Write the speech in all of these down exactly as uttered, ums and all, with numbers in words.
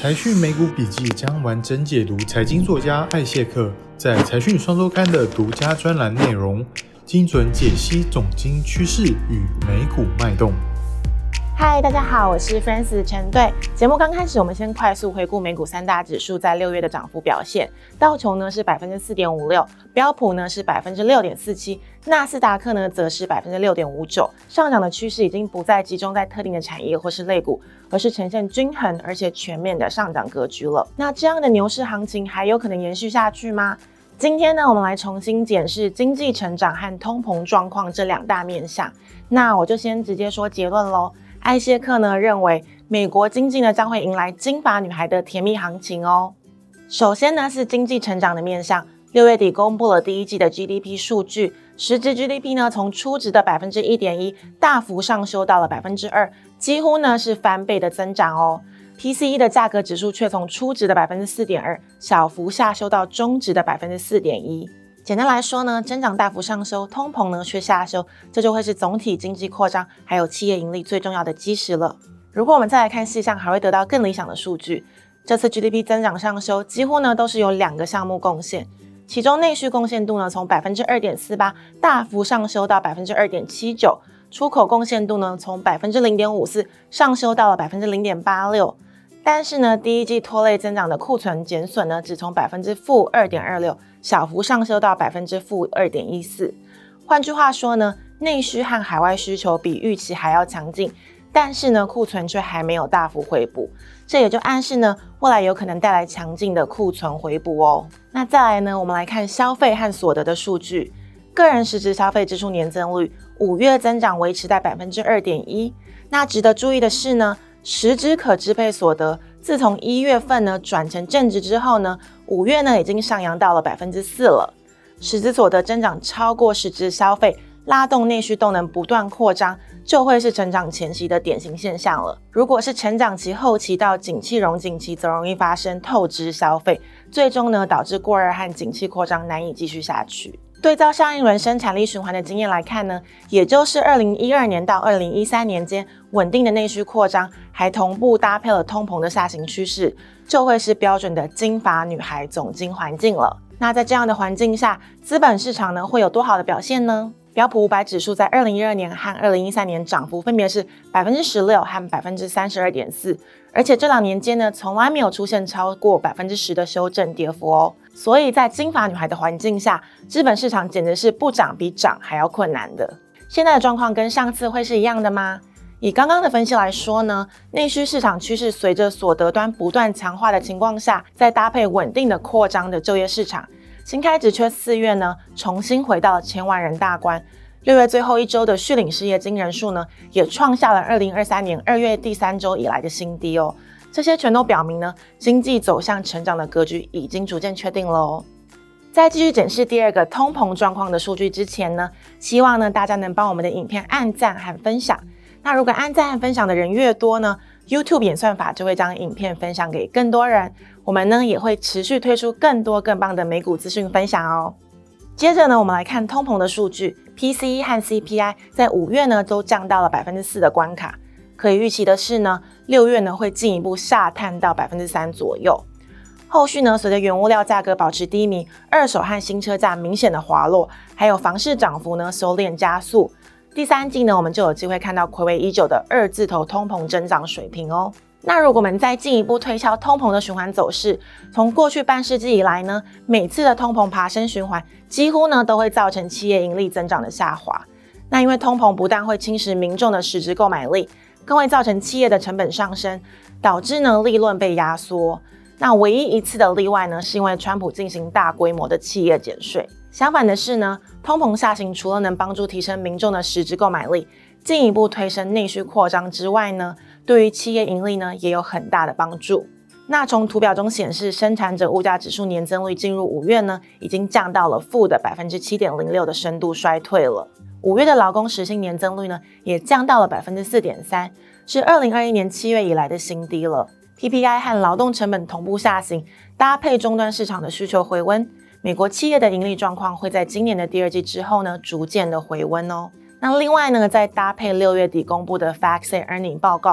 财讯美股笔记将完整解读财经作家艾谢克在财讯双周刊的独家专栏内容，精准解析总经趋势与美股脉动。 嗨，大家好，我是 Francis 陈队。节目刚开始，我们先快速回顾美股三大指数在六月的涨幅表现。道琼呢是 百分之四点五六， 标普呢是 百分之六点四七， 纳斯达克呢则是 百分之六点五九。上涨的趋势已经不再集中在特定的产业或是类股，而是呈现均衡而且全面的上涨格局了。那这样的牛市行情还有可能延续下去吗？今天呢，我们来重新检视经济成长和通膨状况这两大面向。那我就先直接说结论咯。艾谢克呢认为，美国经济呢将会迎来金发女孩的甜蜜行情哦。首先呢是经济成长的面向，六月底公布了第一季的 G D P 数据，实质 G D P 呢从初值的 百分之一点一 大幅上修到了 百分之二， 几乎呢是翻倍的增长哦。P C E 的价格指数却从初值的 百分之四点二 小幅下修到中值的 百分之四点一。简单来说呢，增长大幅上修，通膨呢却下修，这就会是总体经济扩张还有企业盈利最重要的基石了。如果我们再来看细项，还会得到更理想的数据。这次 G D P 增长上修几乎呢都是由两个项目贡献，其中内需贡献度呢从 百分之二点四八 大幅上修到 百分之二点七九， 出口贡献度呢从 百分之零点五四 上修到了 百分之零点八六。但是呢，第一季拖累增长的库存减损呢，只从 百分之负二点二六 小幅上修到 百分之负二点一四。换句话说呢，内需和海外需求比预期还要强劲，但是呢，库存却还没有大幅回补，这也就暗示呢，未来有可能带来强劲的库存回补哦。那再来呢，我们来看消费和所得的数据。个人实质消费支出年增率五月增长维持在 百分之二点一。那值得注意的是呢，实质可支配所得自从一月份呢转成正值之后呢，五月呢已经上扬到了 百分之四 了。实质所得增长超过实质消费，拉动内需动能不断扩张，就会是成长前期的典型现象了。如果是成长期后期到景气荣景期，则容易发生透支消费，最终呢导致过热和景气扩张难以继续下去。对照上一轮生产力循环的经验来看呢，也就是二零一二年到二零一三年间稳定的内需扩张，还同步搭配了通膨的下行趋势，就会是标准的金发女孩总经环境了。那在这样的环境下，资本市场呢会有多好的表现呢？标普五百指数在二零一二年和二零一三年涨幅分别是 百分之十六 和 百分之三十二点四， 而且这两年间呢从来没有出现超过 百分之十 的修正跌幅哦。所以在金发女孩的环境下，资本市场简直是不涨比涨还要困难的。现在的状况跟上次会是一样的吗？以刚刚的分析来说呢，内需市场趋势随着所得端不断强化的情况下，再搭配稳定的扩张的就业市场，新开职缺四月呢重新回到了千万人大关。六月最后一周的续领失业金人数呢，也创下了二零二三年二月第三周以来的新低哦。这些全都表明呢，经济走向成长的格局已经逐渐确定了哦。在继续检视第二个通膨状况的数据之前呢，希望呢大家能帮我们的影片按赞和分享。那如果按赞和分享的人越多呢， YouTube 演算法就会将影片分享给更多人。我们呢也会持续推出更多更棒的美股资讯分享哦。接着呢，我们来看通膨的数据 ，P C E 和 C P I 在五月呢都降到了 百分之四 的关卡。可以预期的是呢，六月呢会进一步下探到 百分之三 左右。后续呢，随着原物料价格保持低迷，二手和新车价明显的滑落，还有房市涨幅呢收敛加速，第三季呢我们就有机会看到睽违已久的二字头通膨增长水平哦。那如果我们再进一步推敲通膨的循环走势，从过去半世纪以来呢，每次的通膨爬升循环几乎呢都会造成企业盈利增长的下滑。那因为通膨不但会侵蚀民众的实质购买力，更会造成企业的成本上升，导致呢利润被压缩。那唯一一次的例外呢，是因为川普进行大规模的企业减税。相反的是呢，通膨下行除了能帮助提升民众的实质购买力，进一步推升内需扩张之外呢，对于企业盈利呢也有很大的帮助。那从图表中显示，生产者物价指数年增率进入五月呢，已经降到了负的 百分之七点零六 的深度衰退了。五月的劳工时薪年增率呢，也降到了 百分之四点三， 是二零二一年七月以来的新低了。P P I 和劳动成本同步下行，搭配终端市场的需求回温，美国企业的盈利状况会在今年的第二季之后呢，逐渐的回温哦。那另外呢，再搭配六月底公布的 F A C T S E Earning 报告，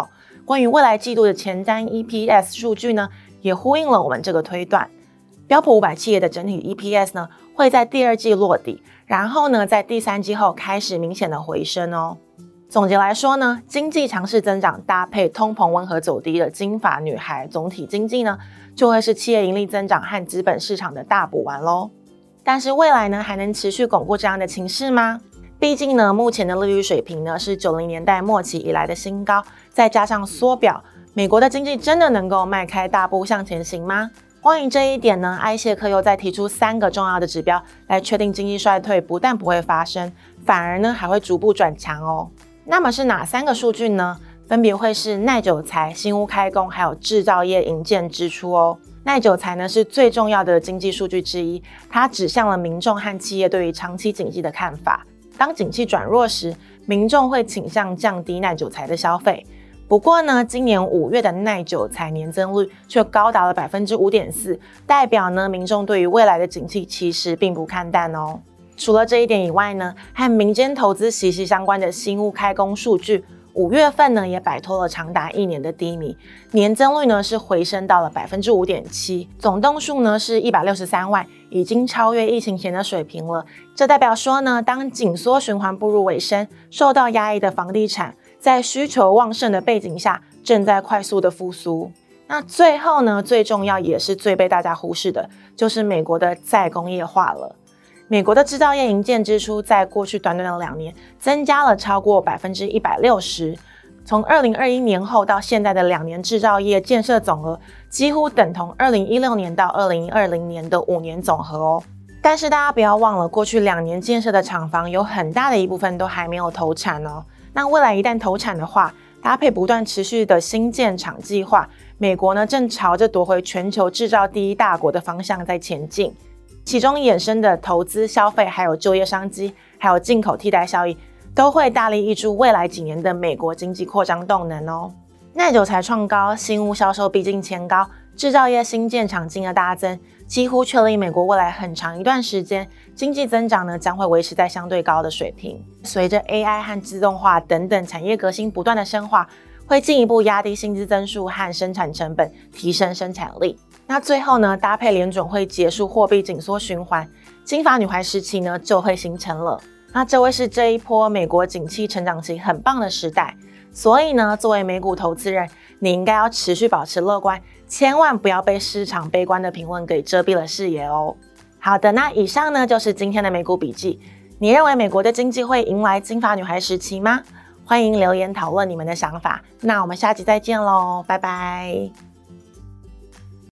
关于未来季度的前瞻 E P S 数据呢，也呼应了我们这个推断。标普五百企业的整体 E P S 呢，会在第二季落底，然后呢，在第三季后开始明显的回升哦。总结来说呢，经济强势增长搭配通膨温和走低的金发女孩总体经济呢，就会是企业盈利增长和资本市场的大补丸咯。但是未来呢，还能持续巩固这样的情势吗？毕竟呢，目前的利率水平呢是九零年代末期以来的新高，再加上缩表，美国的经济真的能够迈开大步向前行吗？关于这一点呢，艾谢克又再提出三个重要的指标来确定经济衰退不但不会发生，反而呢还会逐步转强哦。那么是哪三个数据呢？分别会是耐久材、新屋开工还有制造业营建支出哦。耐久材呢是最重要的经济数据之一，它指向了民众和企业对于长期景气的看法。当景气转弱时，民众会倾向降低耐久材的消费。不过呢，今年五月的耐久材年增率却高达了 百分之五点四， 代表呢民众对于未来的景气其实并不看淡哦。除了这一点以外呢，和民间投资息息相关的新屋开工数据，五月份呢也摆脱了长达一年的低迷，年增率呢是回升到了 百分之五点七， 总栋数呢是一百六十三万，已经超越疫情前的水平了。这代表说呢，当紧缩循环步入尾声，受到压抑的房地产在需求旺盛的背景下，正在快速的复苏。那最后呢，最重要也是最被大家忽视的，就是美国的再工业化了。美国的制造业营建支出在过去短短的两年增加了超过 百分之一百六十， 从二零二一年后到现在的两年制造业建设总额几乎等同二零一六年到二零二零年的五年总和哦。但是大家不要忘了，过去两年建设的厂房有很大的一部分都还没有投产哦。那未来一旦投产的话，搭配不断持续的新建厂计划，美国呢正朝着夺回全球制造第一大国的方向在前进。其中衍生的投资、消费，还有就业商机，还有进口替代效益，都会大力挹注未来几年的美国经济扩张动能哦。耐久材创高，新屋销售逼近前高，制造业新建厂金额大增，几乎确立美国未来很长一段时间经济增长呢将会维持在相对高的水平。随着 A I 和自动化等等产业革新不断的深化，会进一步压低薪资增速和生产成本，提升生产力。那最后呢，搭配联准会结束货币紧缩循环，金发女孩时期呢就会形成了。那这会是这一波美国景气成长期很棒的时代，所以呢，作为美股投资人，你应该要持续保持乐观，千万不要被市场悲观的评论给遮蔽了视野哦。好的，那以上呢就是今天的美股笔记。你认为美国的经济会迎来金发女孩时期吗？欢迎留言讨论你们的想法。那我们下集再见喽，拜拜。